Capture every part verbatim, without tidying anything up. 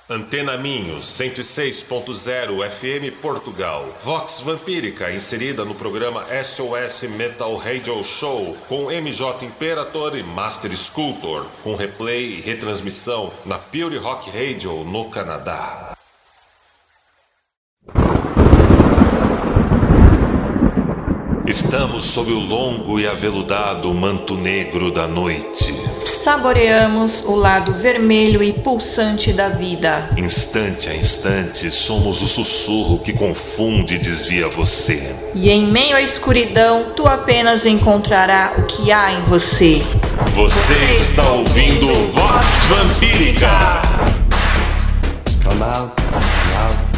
Antena Minho, cento e seis ponto zero F M Portugal. Vox Vampírica, inserida no programa S O S Metal Radio Show, com M J Imperator e Master Sculptor, com replay e retransmissão na Pure Rock Radio, no Canadá. Estamos sob o longo e aveludado manto negro da noite. Saboreamos o lado vermelho e pulsante da vida. Instante a instante, somos o sussurro que confunde e desvia você. E em meio à escuridão, tu apenas encontrará o que há em você. Você está ouvindo Vox Vampírica! Come out, come out.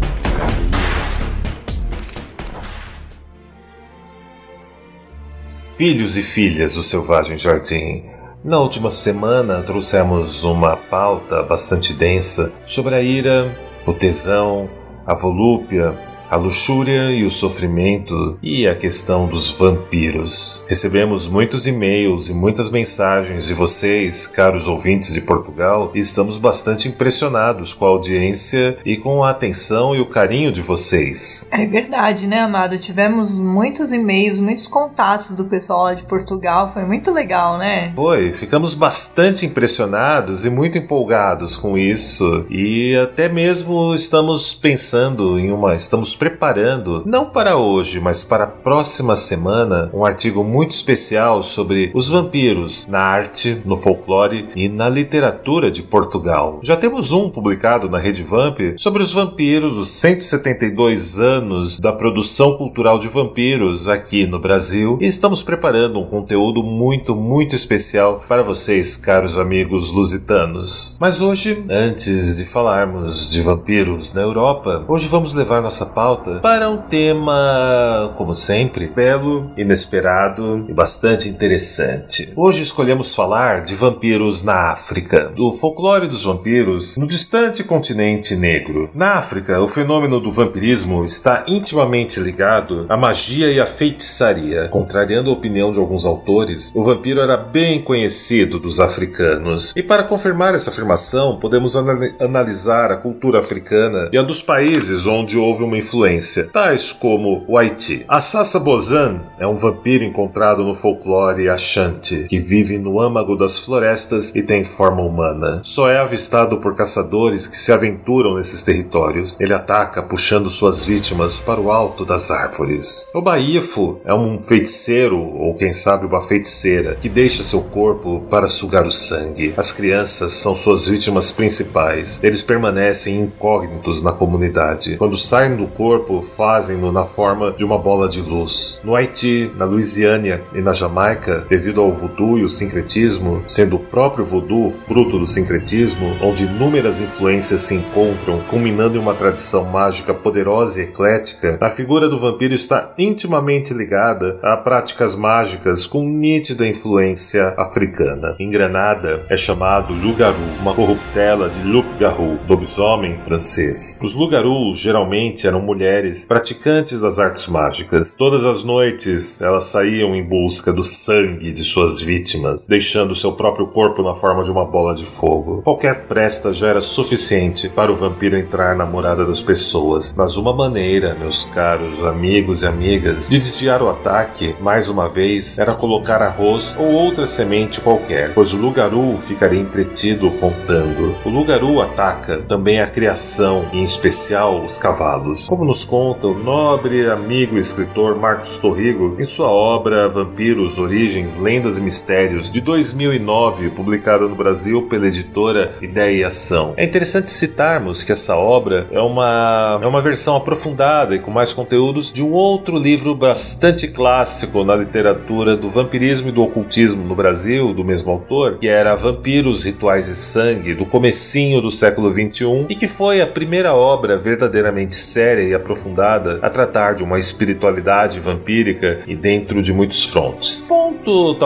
Filhos e filhas do Selvagem Jardim, na última semana trouxemos uma pauta bastante densa sobre a ira, o tesão, a volúpia, a luxúria e o sofrimento e a questão dos vampiros. Recebemos muitos e-mails e muitas mensagens de vocês, caros ouvintes de Portugal, e estamos bastante impressionados com a audiência e com a atenção e o carinho de vocês. É verdade, né, amado? Tivemos muitos e-mails, muitos contatos do pessoal lá de Portugal, foi muito legal, né? Foi, ficamos bastante impressionados e muito empolgados com isso, e até mesmo estamos pensando em uma... estamos preparando, não para hoje, mas para a próxima semana, um artigo muito especial sobre os vampiros na arte, no folclore e na literatura de Portugal. Já temos um publicado na Rede Vamp sobre os vampiros, os cento e setenta e dois anos da produção cultural de vampiros aqui no Brasil, e estamos preparando um conteúdo muito, muito especial para vocês, caros amigos lusitanos. Mas hoje, antes de falarmos de vampiros na Europa, hoje vamos levar nossa pauta para um tema, como sempre, belo, inesperado e bastante interessante. Hoje escolhemos falar de vampiros na África, do folclore dos vampiros no distante continente negro. Na África, o fenômeno do vampirismo está intimamente ligado à magia e à feitiçaria. Contrariando a opinião de alguns autores, o vampiro era bem conhecido dos africanos. E para confirmar essa afirmação, podemos anal- analisar a cultura africana e a dos países onde houve uma influência, tais como o Haiti. Assasa Bozan é um vampiro encontrado no folclore Ashanti, que vive no âmago das florestas e tem forma humana. Só é avistado por caçadores que se aventuram nesses territórios. Ele ataca puxando suas vítimas para o alto das árvores. O Baifo é um feiticeiro, ou quem sabe uma feiticeira, que deixa seu corpo para sugar o sangue. As crianças são suas vítimas principais. Eles permanecem incógnitos na comunidade. Quando saem do corpo, fazem-no na forma de uma bola de luz. No Haiti, na Louisiana e na Jamaica, devido ao voodoo e o sincretismo, sendo o próprio voodoo fruto do sincretismo, onde inúmeras influências se encontram, culminando em uma tradição mágica poderosa e eclética, a figura do vampiro está intimamente ligada a práticas mágicas com nítida influência africana. Em Granada, é chamado loup-garou, uma corruptela de loup-garou, lobisomem francês. Os loup-garous geralmente eram mulheres praticantes das artes mágicas. Todas as noites elas saíam em busca do sangue de suas vítimas, deixando seu próprio corpo na forma de uma bola de fogo. Qualquer fresta já era suficiente para o vampiro entrar na morada das pessoas, mas uma maneira, meus caros amigos e amigas, de desviar o ataque, mais uma vez, era colocar arroz ou outra semente qualquer, pois o loup-garou ficaria entretido contando. O loup-garou ataca também a criação, e em especial os cavalos, como nos conta o nobre amigo e escritor Marcos Torrigo em sua obra Vampiros, Origens, Lendas e Mistérios, de dois mil e nove, publicada no Brasil pela editora Ideia e Ação. É interessante citarmos que essa obra é uma, é uma versão aprofundada e com mais conteúdos de um outro livro bastante clássico na literatura do vampirismo e do ocultismo no Brasil, do mesmo autor, que era Vampiros, Rituais e Sangue, do comecinho do século vinte e um, e que foi a primeira obra verdadeiramente séria e aprofundada a tratar de uma espiritualidade vampírica e dentro de muitos frontes. Ponto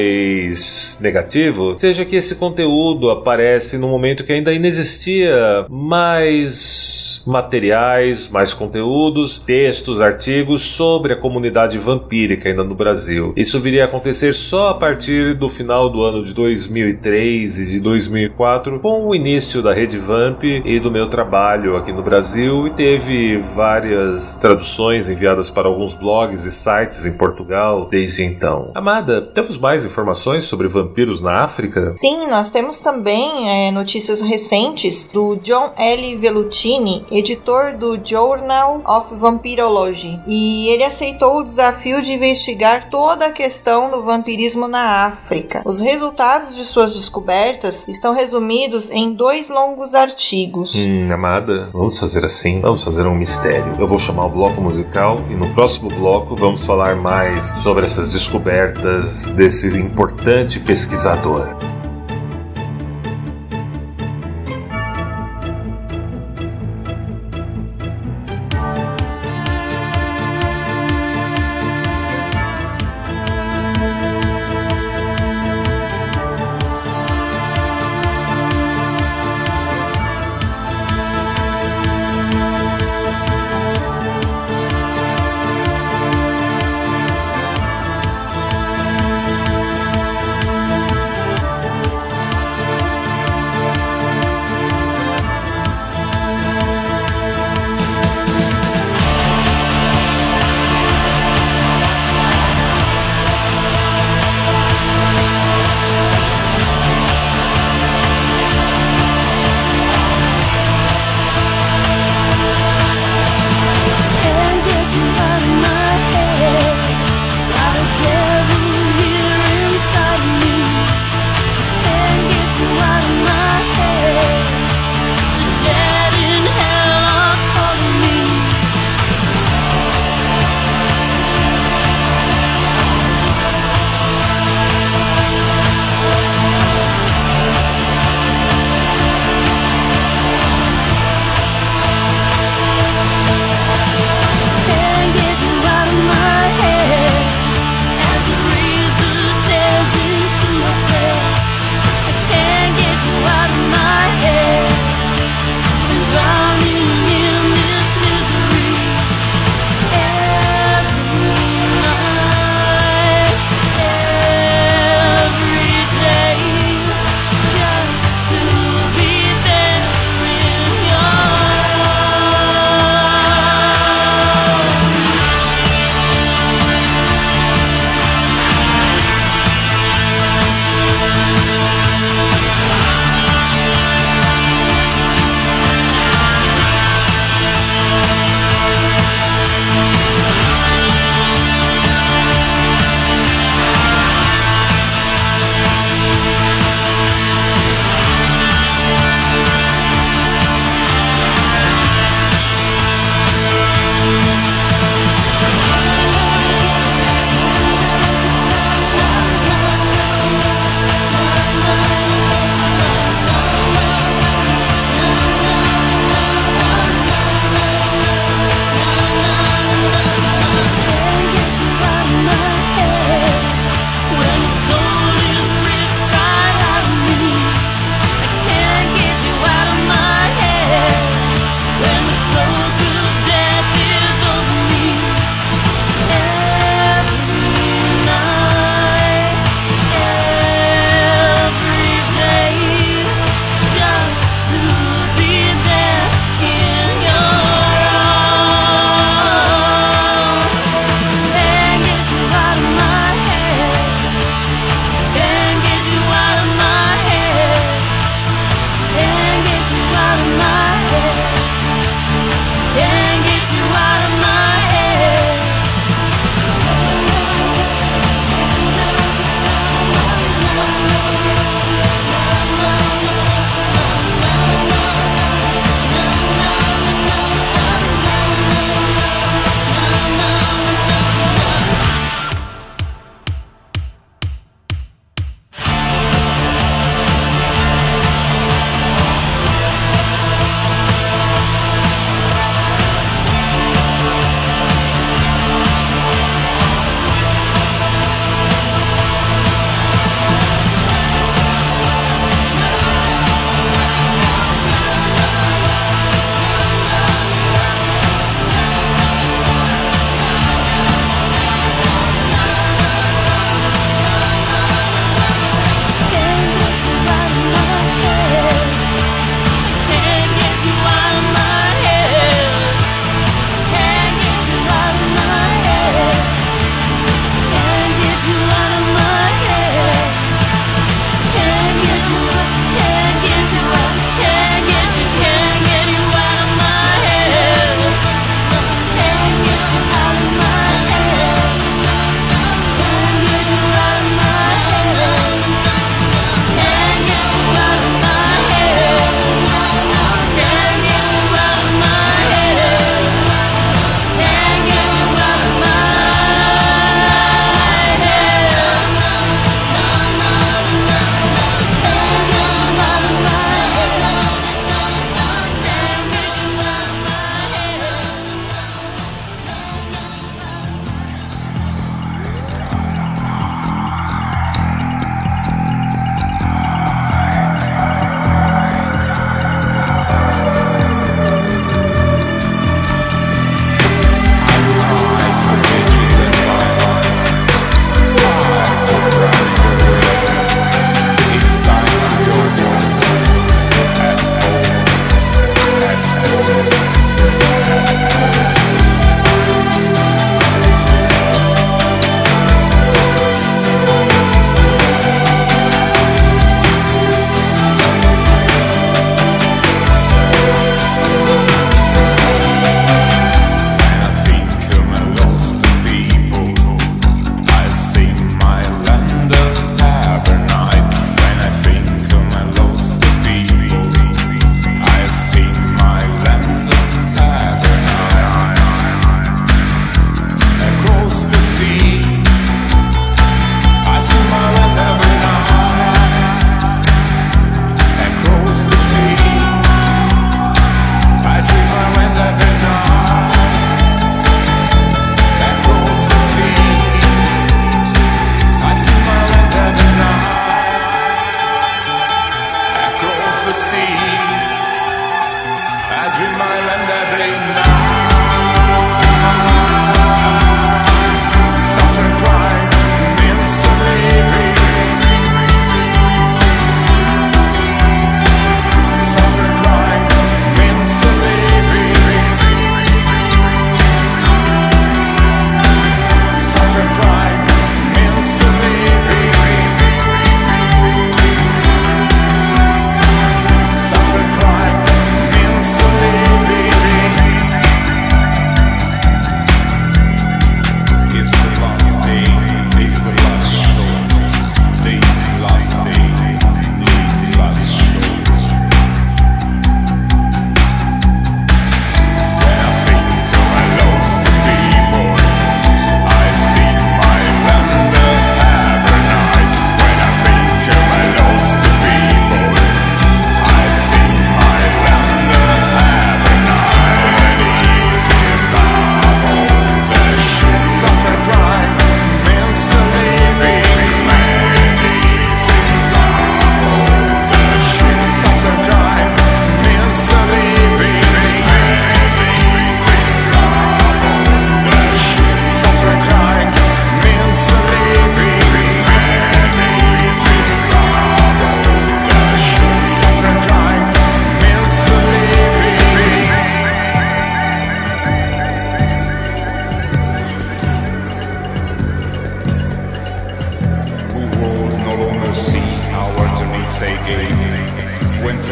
talvez negativo seja que esse conteúdo aparece num momento que ainda inexistia mais mais materiais, mais conteúdos, textos, artigos sobre a comunidade vampírica ainda no Brasil. Isso viria a acontecer só a partir do final do ano de dois mil e três e de dois mil e quatro, com o início da Rede Vamp e do meu trabalho aqui no Brasil, e teve várias traduções enviadas para alguns blogs e sites em Portugal desde então. Amada, temos mais informações sobre vampiros na África? Sim, nós temos também é, notícias recentes do John L. Vellucini, editor do Journal of Vampirology, e ele aceitou o desafio de investigar toda a questão do vampirismo na África. Os resultados de suas descobertas estão resumidos em dois longos artigos. Hum, amada, vamos fazer assim, vamos fazer um mistério. Eu vou chamar o bloco musical e no próximo bloco vamos falar mais sobre essas descobertas desse importante pesquisador.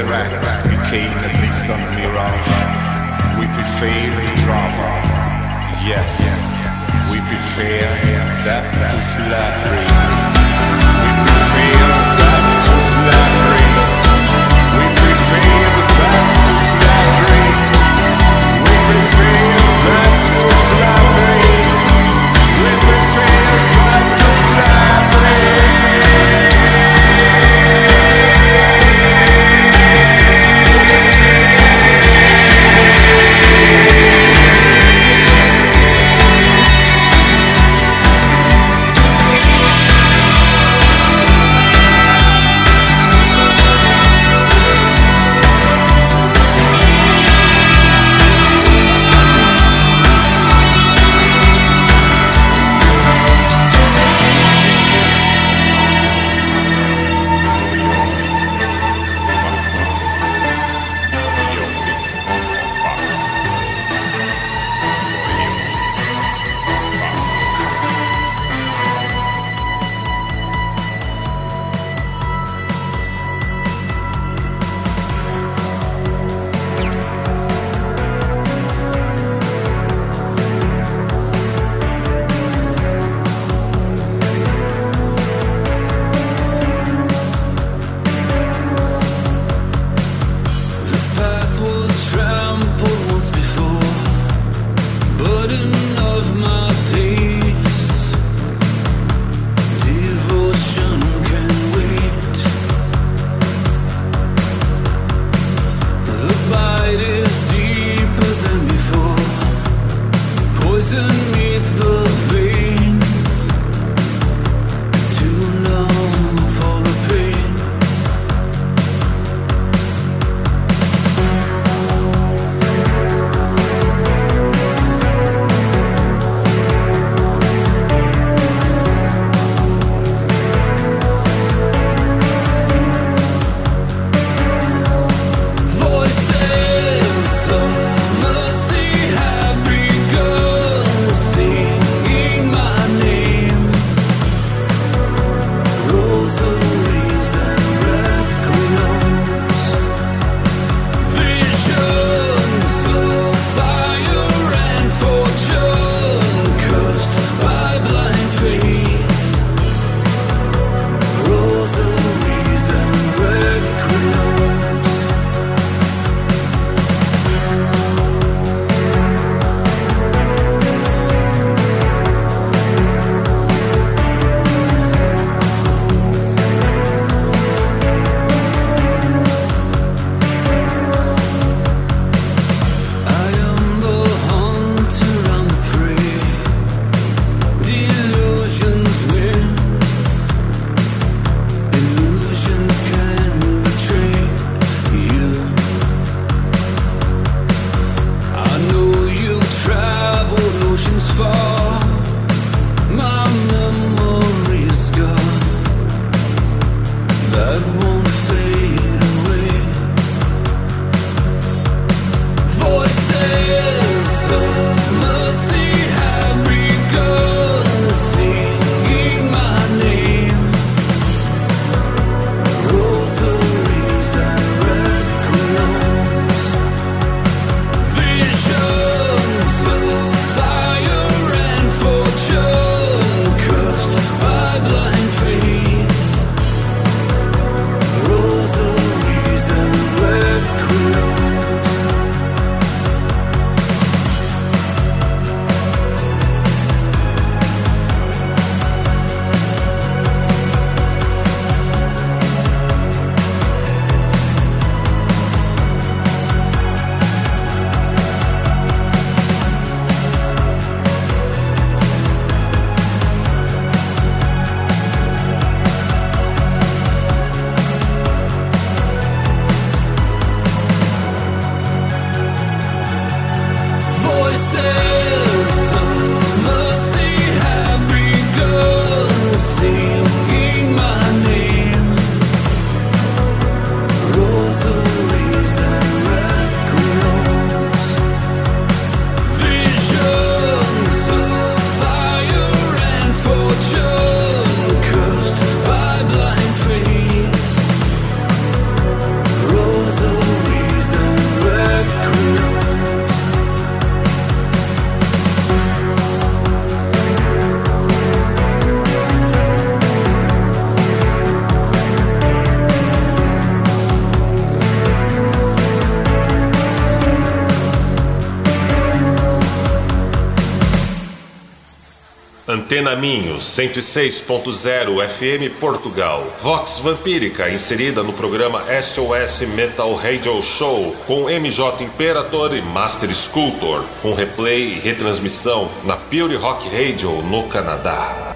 became a distant mirage. We prefer the drama. Yes, we prefer that to slavery. We prefer that to slavery. We prefer that to slavery. We prefer that to slavery. We prefer that to slavery. Antena Minho, cento e seis ponto zero F M Portugal. Vox Vampírica, inserida no programa S O S Metal Radio Show, com M J Imperator e Master Sculptor, com replay e retransmissão na Pure Rock Radio no Canadá.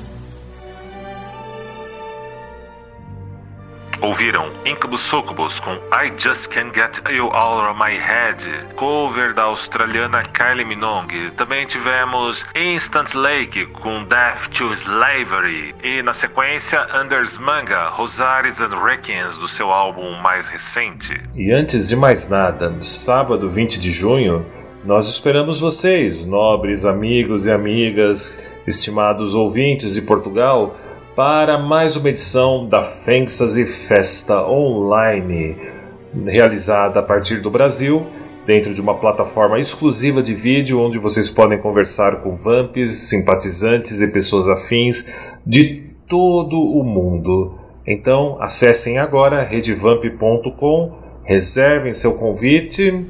Ouviram Incubus Succubus com I Just Can't Get You Out of My Head, cover da australiana Kylie Minogue. Também tivemos Instant Lake com Death to Slavery. E na sequência, Anders Manga, Rosaries and Requiems, do seu álbum mais recente. E antes de mais nada, no sábado vinte de junho, nós esperamos vocês, nobres amigos e amigas, estimados ouvintes de Portugal, para mais uma edição da Fantasy Festa Online, realizada a partir do Brasil, dentro de uma plataforma exclusiva de vídeo, onde vocês podem conversar com vamps, simpatizantes e pessoas afins de todo o mundo. Então, acessem agora redevamp ponto com, reservem seu convite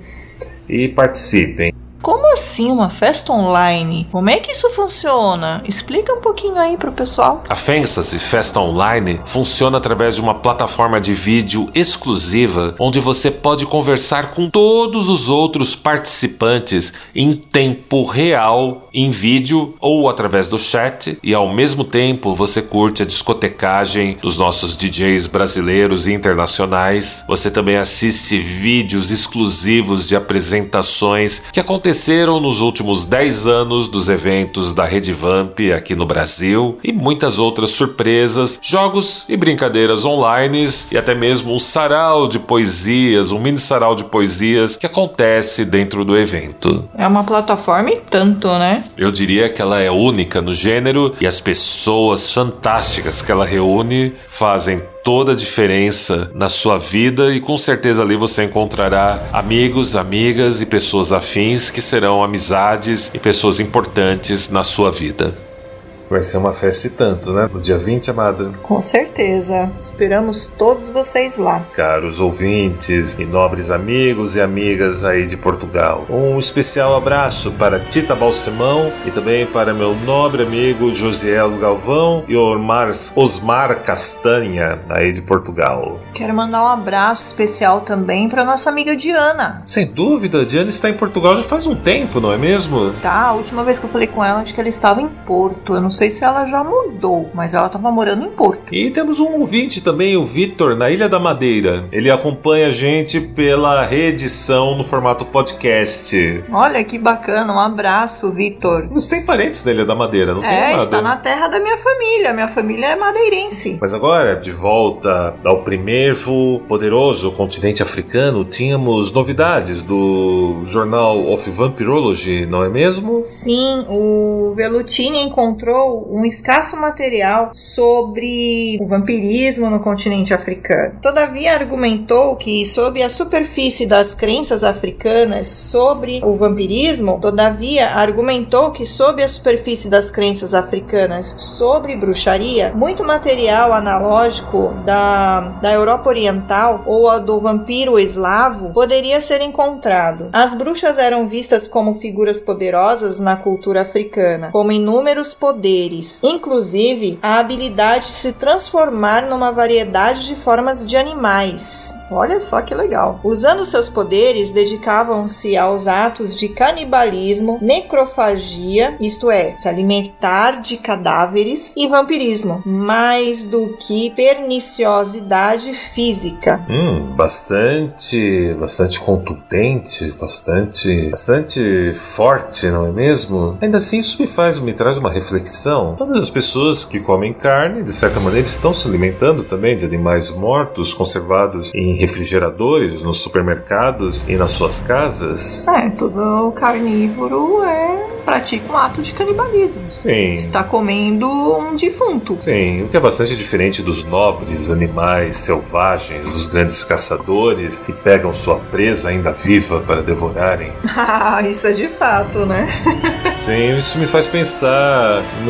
e participem. Como assim uma festa online? Como é que isso funciona? Explica um pouquinho aí pro pessoal. A Fantasy Festa Online funciona através de uma plataforma de vídeo exclusiva, onde você pode conversar com todos os outros participantes em tempo real, em vídeo ou através do chat, e ao mesmo tempo você curte a discotecagem dos nossos D Js brasileiros e internacionais. Você também assiste vídeos exclusivos de apresentações que aconteceram aconteceram nos últimos dez anos dos eventos da Redevamp aqui no Brasil, e muitas outras surpresas, jogos e brincadeiras online, e até mesmo um sarau de poesias, um mini sarau de poesias que acontece dentro do evento. É uma plataforma e tanto, né? Eu diria que ela é única no gênero, e as pessoas fantásticas que ela reúne fazem toda a diferença na sua vida, e com certeza ali você encontrará amigos, amigas e pessoas afins que serão amizades e pessoas importantes na sua vida. Vai ser uma festa e tanto, né? No dia vinte, amada. Com certeza. Esperamos todos vocês lá. Caros ouvintes e nobres amigos e amigas aí de Portugal. Um especial abraço para Tita Balsemão e também para meu nobre amigo Josiel Galvão e Osmar, Osmar Castanha aí de Portugal. Quero mandar um abraço especial também para nossa amiga Diana. Sem dúvida, a Diana está em Portugal já faz um tempo, não é mesmo? Tá, a última vez que eu falei com ela, acho que ela estava em Porto. Eu não sei Não sei se ela já mudou, mas ela estava morando em Porto. E temos um ouvinte também, o Vitor, na Ilha da Madeira. Ele acompanha a gente pela reedição no formato podcast. Olha que bacana, um abraço, Vitor. Você tem parentes na Ilha da Madeira, não tem nada? É, está na terra da minha família. Minha família é madeirense. Mas agora, de volta ao primeiro poderoso continente africano, tínhamos novidades do Journal of Vampirology, não é mesmo? Sim, o Velutini encontrou um escasso material sobre o vampirismo no continente africano. Todavia, argumentou que, sob a superfície das crenças africanas sobre o vampirismo, todavia, argumentou que, sob a superfície das crenças africanas sobre bruxaria, muito material analógico da, da Europa Oriental ou a do vampiro eslavo poderia ser encontrado. As bruxas eram vistas como figuras poderosas na cultura africana, como inúmeros poderes, inclusive a habilidade de se transformar numa variedade de formas de animais. Olha só que legal. Usando seus poderes, dedicavam-se aos atos de canibalismo, necrofagia, isto é, se alimentar de cadáveres, e vampirismo, mais do que perniciosidade física. Hum, bastante, bastante contundente, bastante, bastante forte, não é mesmo? Ainda assim, isso me faz, me traz uma reflexão. Todas as pessoas que comem carne, de certa maneira, estão se alimentando também de animais mortos, conservados em refrigeradores, nos supermercados e nas suas casas. É, todo carnívoro é pratica um ato de canibalismo. Sim. Está comendo um defunto. Sim, o que é bastante diferente dos nobres animais selvagens, dos grandes caçadores que pegam sua presa ainda viva para devorarem. Ah, isso é de fato, né? Sim, isso me faz pensar no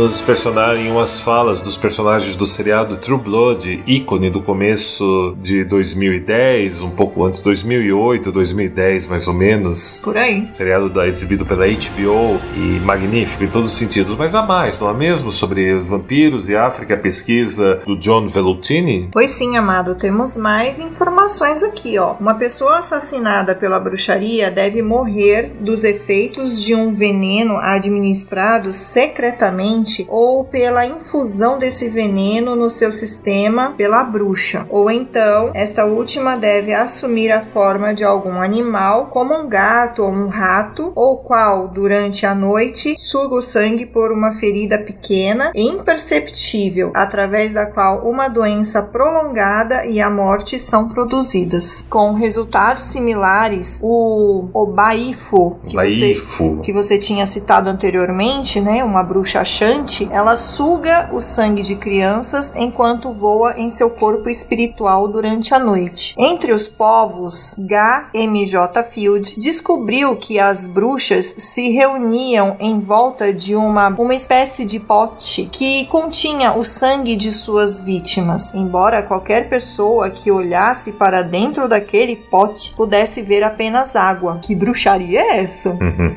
nos personagens, em umas falas dos personagens do seriado True Blood, ícone do começo de dois mil e dez, um pouco antes, dois mil e oito, dois mil e dez mais ou menos. Por aí. Seriado da, exibido pela H B O e magnífico em todos os sentidos. Mas há mais, não há mesmo? Sobre vampiros e África, a pesquisa do John Velutini? Pois sim, amado, temos mais informações aqui, ó. Uma pessoa assassinada pela bruxaria deve morrer dos efeitos de um veneno administrado secretamente ou pela infusão desse veneno no seu sistema pela bruxa. Ou então, esta última deve assumir a forma de algum animal, como um gato ou um rato, ou qual, durante a noite, suga o sangue por uma ferida pequena e imperceptível, através da qual uma doença prolongada e a morte são produzidas. Com resultados similares, o, o baifo, que, baifo. Você, que você tinha citado anteriormente, né, uma bruxa achante, ela suga o sangue de crianças enquanto voa em seu corpo espiritual durante a noite. Entre os povos, H M J Field descobriu que as bruxas se reuniam em volta de uma, uma espécie de pote que continha o sangue de suas vítimas, embora qualquer pessoa que olhasse para dentro daquele pote pudesse ver apenas água. Que bruxaria é essa?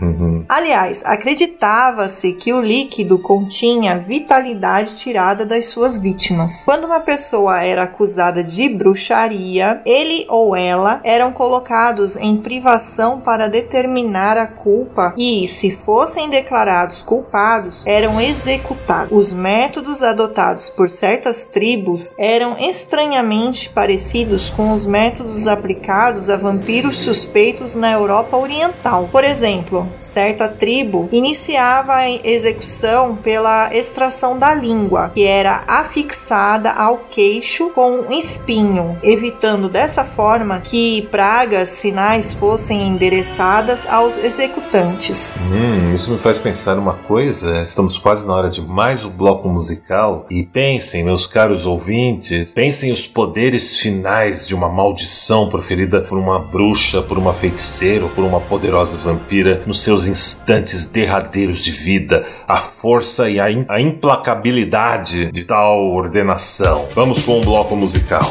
Aliás, acreditava-se que o líquido continha vitalidade tirada das suas vítimas. Quando uma pessoa era acusada de bruxaria, ele ou ela eram colocados em privação para determinar a culpa e, se fossem declarados culpados, eram executados. Os métodos adotados por certas tribos eram estranhamente parecidos com os métodos aplicados a vampiros suspeitos na Europa Oriental. Por exemplo, certa tribo iniciava a execução pela extração da língua, que era afixada ao queixo com um espinho, evitando dessa forma que pragas finais fossem endereçadas aos executantes. Hum, isso me faz pensar uma coisa. Estamos quase na hora de mais um bloco musical. E pensem, meus caros ouvintes, pensem os poderes finais de uma maldição proferida por uma bruxa, por uma feiticeira ou por uma poderosa vampira nos seus instantes derradeiros de vida, a força e a, in- a implacabilidade de tal ordenação. Vamos com um bloco musical.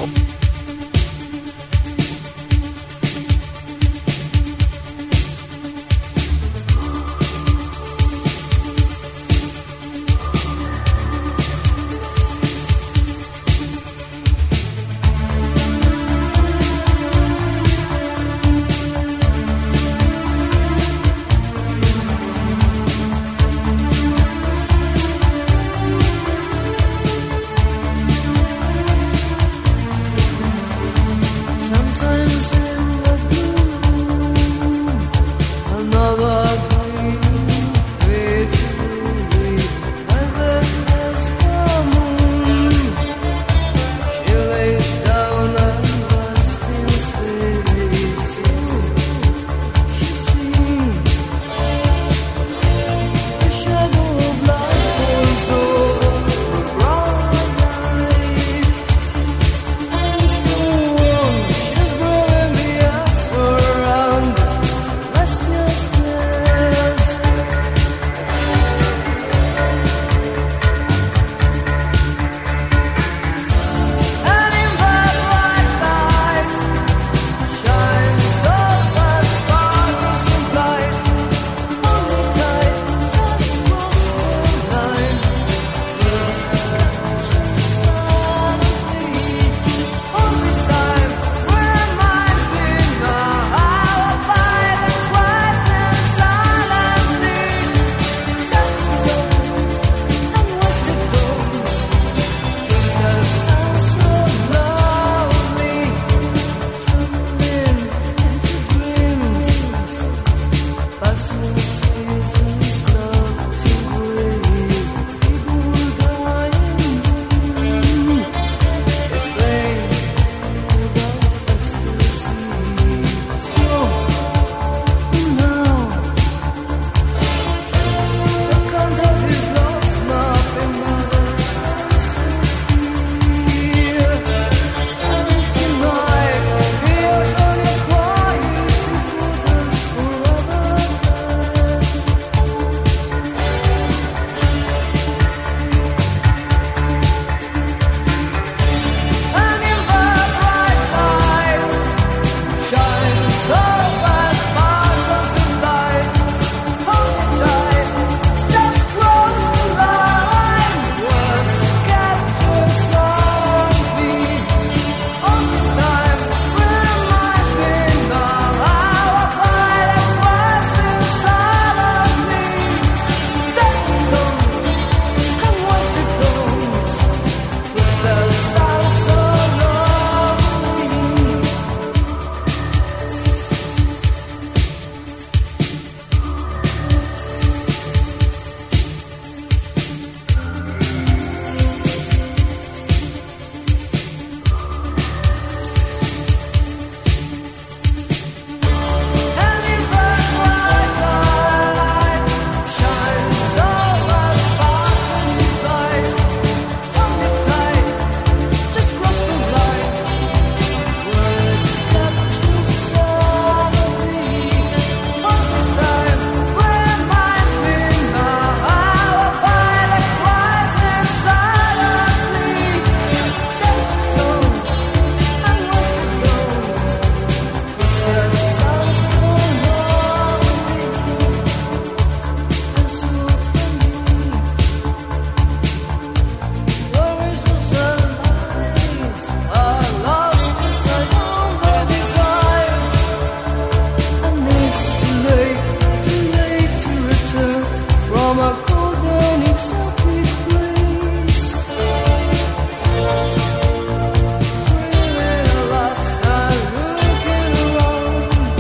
Screaming lost and looking around.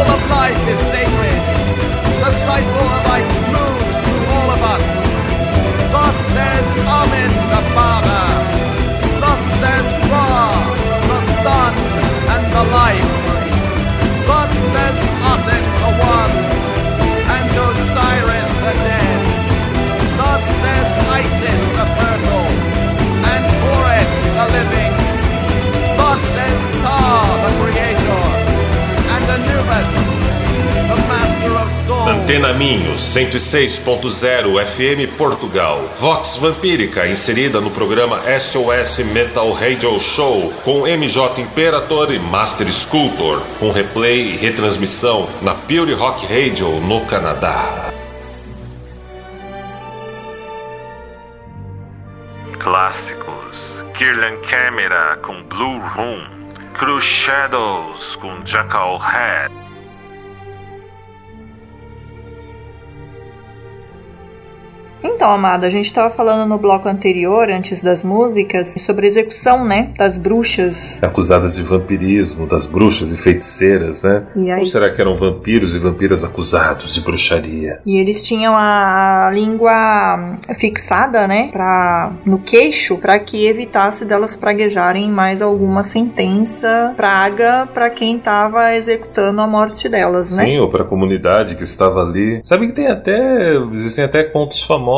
cycle of life is sacred. The cycle of life moves through all of us. Thus says Amen, the Father. Thus says Ra, the Sun, and the Life. Thus says Aten, the One, and Osiris, the Dead. Thus says Isis, the Fertile, and Horus, the Living. Thus says Ptah, the Creator, and Anubis, the Master of Souls. Antena Minho, cento e seis ponto zero F M Portugal. Vox Vampírica, inserida no programa S O S Metal Radio Show, com M J Imperator e Master Sculptor, com replay e retransmissão na Pure Rock Radio no Canadá. Clássicos: Kirlian Camera com Blue Room, Cruise Shadows com Jackal Head. Então, amada, a gente estava falando no bloco anterior, antes das músicas, sobre a execução, né, das bruxas. Acusadas de vampirismo, das bruxas e feiticeiras, né? E aí... Ou será que eram vampiros e vampiras acusados de bruxaria? E eles tinham a, a língua fixada, né, pra, no queixo, para que evitasse delas praguejarem mais alguma sentença, praga, para quem estava executando a morte delas, né? Sim, ou para a comunidade que estava ali. Sabe que tem até, existem até contos famosos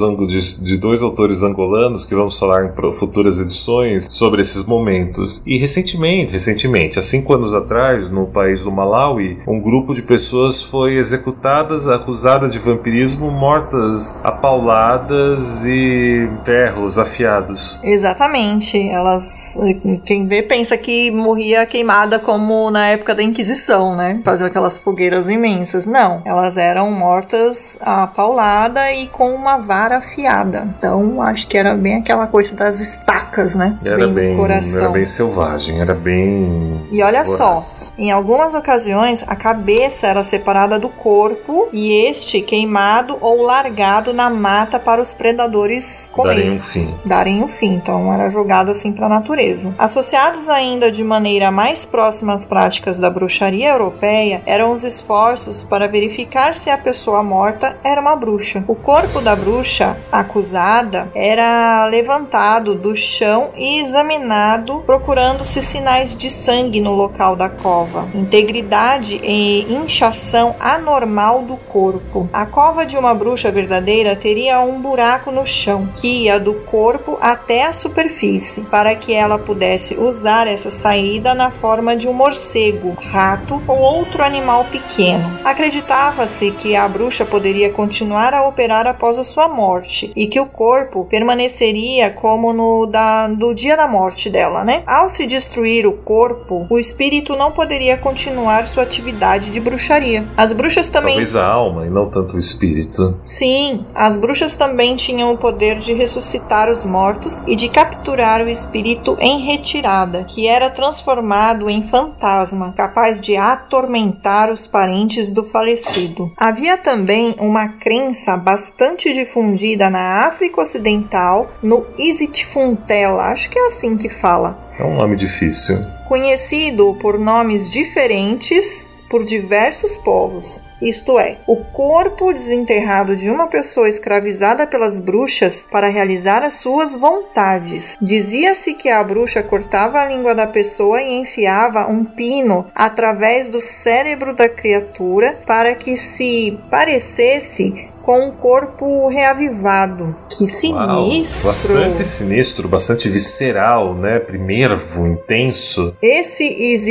De, de dois autores angolanos que vamos falar em futuras edições sobre esses momentos. E recentemente, recentemente, há cinco anos atrás, no país do Malawi, um grupo de pessoas foi executadas, acusadas de vampirismo, mortas a pauladas e ferros afiados. Exatamente. Elas, quem vê pensa que morria queimada como na época da Inquisição, né? Faziam aquelas fogueiras imensas. Não, elas eram mortas a paulada e com uma vara afiada. Então, acho que era bem aquela coisa das estacas, né? Era bem, bem coração. Era bem selvagem, era bem... E olha voraz. só, em algumas ocasiões, a cabeça era separada do corpo e este queimado ou largado na mata para os predadores comer. Darem um fim. Darem um fim. Então, era jogado assim para a natureza. Associados ainda de maneira mais próxima às práticas da bruxaria europeia, eram os esforços para verificar se a pessoa morta era uma bruxa. O corpo da bruxa acusada era levantado do chão e examinado, procurando-se sinais de sangue no local da cova, integridade e inchação anormal do corpo. A cova de uma bruxa verdadeira teria um buraco no chão, que ia do corpo até a superfície, para que ela pudesse usar essa saída na forma de um morcego, rato ou outro animal pequeno. Acreditava-se que a bruxa poderia continuar a operar após a sua morte e que o corpo permaneceria como no da, do dia da morte dela, né? Ao se destruir o corpo, o espírito não poderia continuar sua atividade de bruxaria. As bruxas também... Talvez a alma e não tanto o espírito. Sim, as bruxas também tinham o poder de ressuscitar os mortos e de capturar o espírito em retirada, que era transformado em fantasma, capaz de atormentar os parentes do falecido. Havia também uma crença bastante difundida na África Ocidental, no Isitfuntela, acho que é assim que fala. É um nome difícil. Conhecido por nomes diferentes por diversos povos. Isto é, o corpo desenterrado de uma pessoa escravizada pelas bruxas para realizar as suas vontades. Dizia-se que a bruxa cortava a língua da pessoa e enfiava um pino através do cérebro da criatura para que se parecesse com o corpo reavivado. Que sinistro! Uau, bastante sinistro, bastante visceral, né? Primeiro, intenso. Esse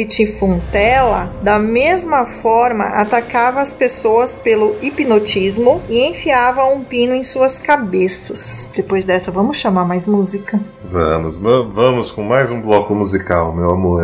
Isitfuntela, da mesma forma, atacava as pessoas pelo hipnotismo e enfiava um pino em suas cabeças. Depois dessa, vamos chamar mais música? Vamos, vamos com mais um bloco musical, meu amor.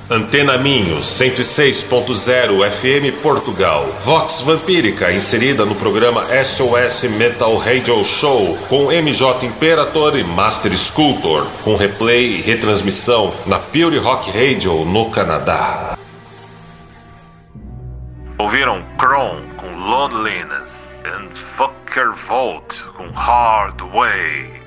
Antena Minho, cento e seis ponto zero F M Portugal. Vox Vampírica, inserida no programa S O S Metal Radio Show, com M J Imperator e Master Sculptor, com replay e retransmissão na Pure Rock Radio no Canadá. Ouviram Kron com Loneliness and Fucker Vault com Hard Way.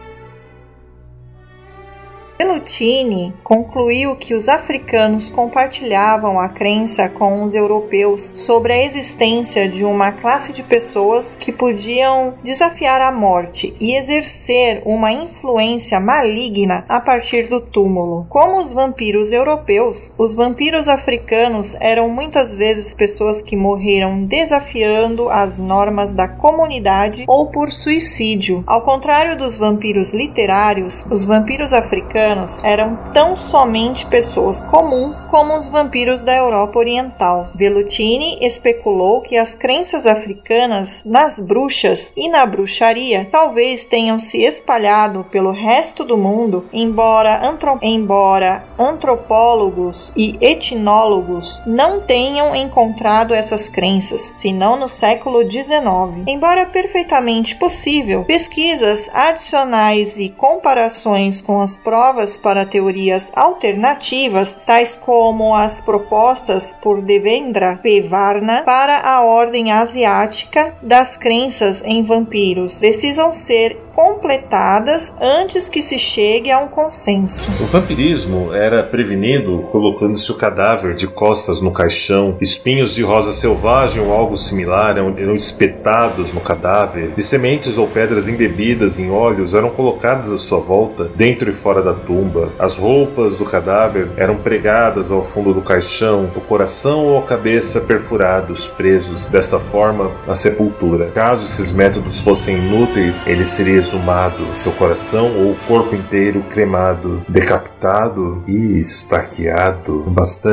Velutini concluiu que os africanos compartilhavam a crença com os europeus sobre a existência de uma classe de pessoas que podiam desafiar a morte e exercer uma influência maligna a partir do túmulo. Como os vampiros europeus, os vampiros africanos eram muitas vezes pessoas que morreram desafiando as normas da comunidade ou por suicídio. Ao contrário dos vampiros literários, os vampiros africanos eram tão somente pessoas comuns como os vampiros da Europa Oriental. Velutini especulou que as crenças africanas nas bruxas e na bruxaria talvez tenham se espalhado pelo resto do mundo, embora, antro- embora antropólogos e etnólogos não tenham encontrado essas crenças, senão no século dezenove. Embora perfeitamente possível, pesquisas adicionais e comparações com as provas para teorias alternativas, tais como as propostas por Devendra P. Varna para a ordem asiática das crenças em vampiros, precisam ser completadas antes que se chegue a um consenso. O vampirismo era prevenido colocando-se o cadáver de costas no caixão, espinhos de rosa selvagem ou algo similar eram espetados no cadáver, e sementes ou pedras embebidas em óleos eram colocadas à sua volta, dentro e fora da tumba. As roupas do cadáver eram pregadas ao fundo do caixão, o coração ou a cabeça perfurados, presos, desta forma, à sepultura. Caso esses métodos fossem inúteis, ele seria exumado, seu coração ou o corpo inteiro cremado, decapitado e estaqueado.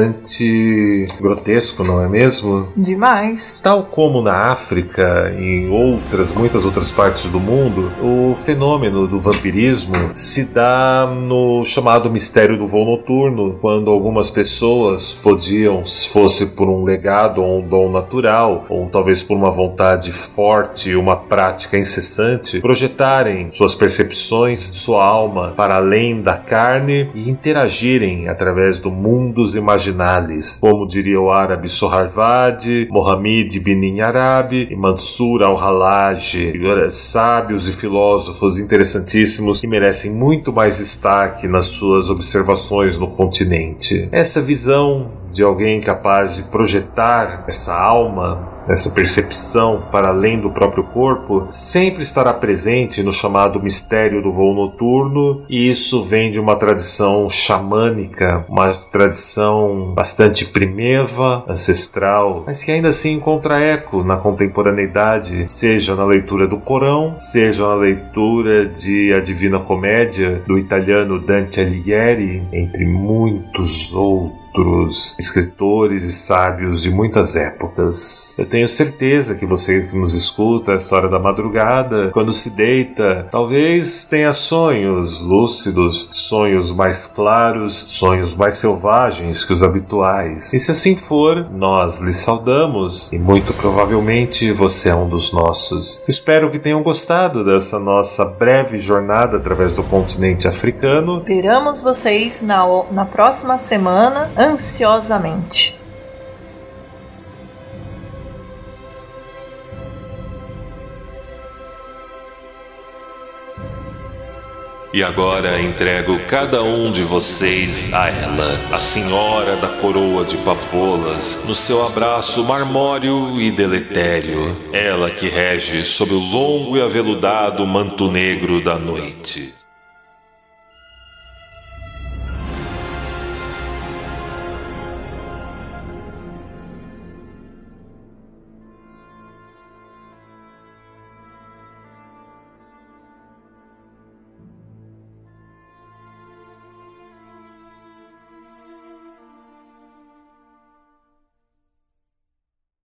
Bastante grotesco, não é mesmo? Demais. Tal como na África e em outras, muitas outras partes do mundo, o fenômeno do vampirismo se dá no chamado mistério do voo noturno, quando algumas pessoas podiam, se fosse por um legado ou um dom natural, ou talvez por uma vontade forte, uma prática incessante, projetar suas percepções, sua alma para além da carne e interagirem através do mundos imaginales, como diria o árabe Soharwadi, Mohammed ibn Arabi e Mansur al-Hallaj, sábios e filósofos interessantíssimos que merecem muito mais destaque nas suas observações no continente. Essa visão de alguém capaz de projetar essa alma, essa percepção para além do próprio corpo, sempre estará presente no chamado mistério do voo noturno, e isso vem de uma tradição xamânica, uma tradição bastante primeva, ancestral, mas que ainda assim encontra eco na contemporaneidade, seja na leitura do Corão, seja na leitura de A Divina Comédia, do italiano Dante Alighieri, entre muitos outros escritores e sábios de muitas épocas. Eu tenho certeza que você que nos escuta a história da madrugada, quando se deita, talvez tenha sonhos lúcidos, sonhos mais claros, sonhos mais selvagens que os habituais. E se assim for, nós lhe saudamos e muito provavelmente você é um dos nossos. Espero que tenham gostado dessa nossa breve jornada através do continente africano. Esperamos vocês na, na próxima semana ansiosamente. E agora entrego cada um de vocês a ela, a senhora da coroa de papoulas, no seu abraço marmório e deletério, ela que rege sob o longo e aveludado manto negro da noite.